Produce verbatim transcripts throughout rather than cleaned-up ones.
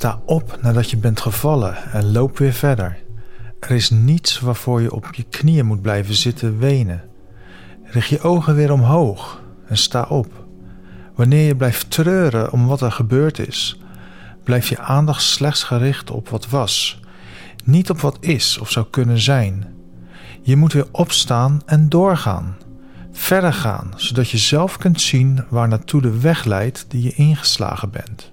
Sta op nadat je bent gevallen en loop weer verder. Er is niets waarvoor je op je knieën moet blijven zitten wenen. Richt je ogen weer omhoog en sta op. Wanneer je blijft treuren om wat er gebeurd is, blijft je aandacht slechts gericht op wat was, niet op wat is of zou kunnen zijn. Je moet weer opstaan en doorgaan. Verder gaan, zodat je zelf kunt zien waar naartoe de weg leidt die je ingeslagen bent.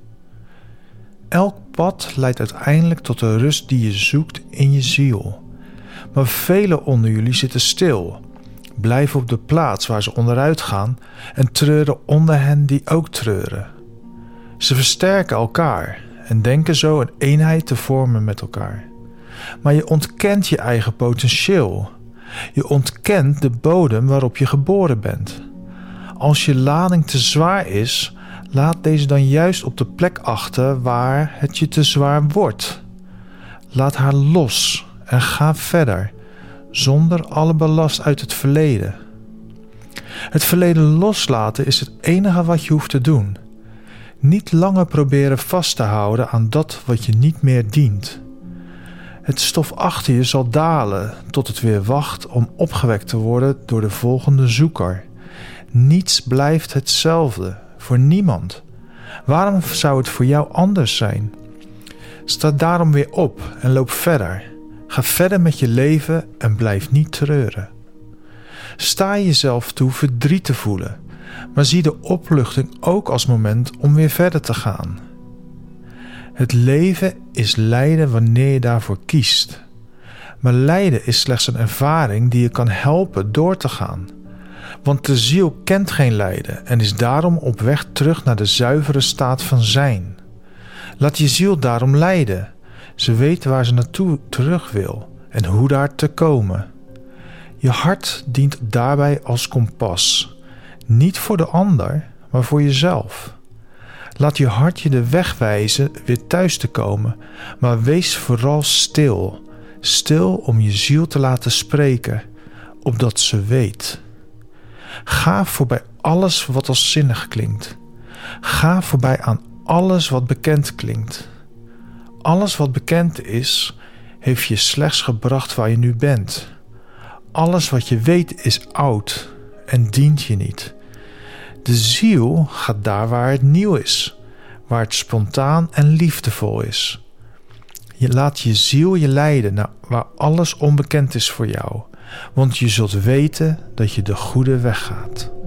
Elk pad leidt uiteindelijk tot de rust die je zoekt in je ziel. Maar velen onder jullie zitten stil, blijven op de plaats waar ze onderuit gaan en treuren onder hen die ook treuren. Ze versterken elkaar en denken zo een eenheid te vormen met elkaar. Maar je ontkent je eigen potentieel. Je ontkent de bodem waarop je geboren bent. Als je lading te zwaar is, laat deze dan juist op de plek achter waar het je te zwaar wordt. Laat haar los en ga verder, zonder alle ballast uit het verleden. Het verleden loslaten is het enige wat je hoeft te doen. Niet langer proberen vast te houden aan dat wat je niet meer dient. Het stof achter je zal dalen tot het weer wacht om opgewekt te worden door de volgende zoeker. Niets blijft hetzelfde, voor niemand. Waarom zou het voor jou anders zijn? Sta daarom weer op en loop verder. Ga verder met je leven en blijf niet treuren. Sta jezelf toe verdriet te voelen, maar zie de opluchting ook als moment om weer verder te gaan. Het leven is lijden wanneer je daarvoor kiest. Maar lijden is slechts een ervaring die je kan helpen door te gaan. Want de ziel kent geen lijden en is daarom op weg terug naar de zuivere staat van zijn. Laat je ziel daarom lijden. Ze weet waar ze naartoe terug wil en hoe daar te komen. Je hart dient daarbij als kompas. Niet voor de ander, maar voor jezelf. Laat je hart je de weg wijzen weer thuis te komen, maar wees vooral stil. Stil om je ziel te laten spreken, opdat ze weet. Ga voorbij alles wat als zinnig klinkt. Ga voorbij aan alles wat bekend klinkt. Alles wat bekend is, heeft je slechts gebracht waar je nu bent. Alles wat je weet is oud en dient je niet. De ziel gaat daar waar het nieuw is, waar het spontaan en liefdevol is. Je laat je ziel je leiden naar waar alles onbekend is voor jou, want je zult weten dat je de goede weg gaat.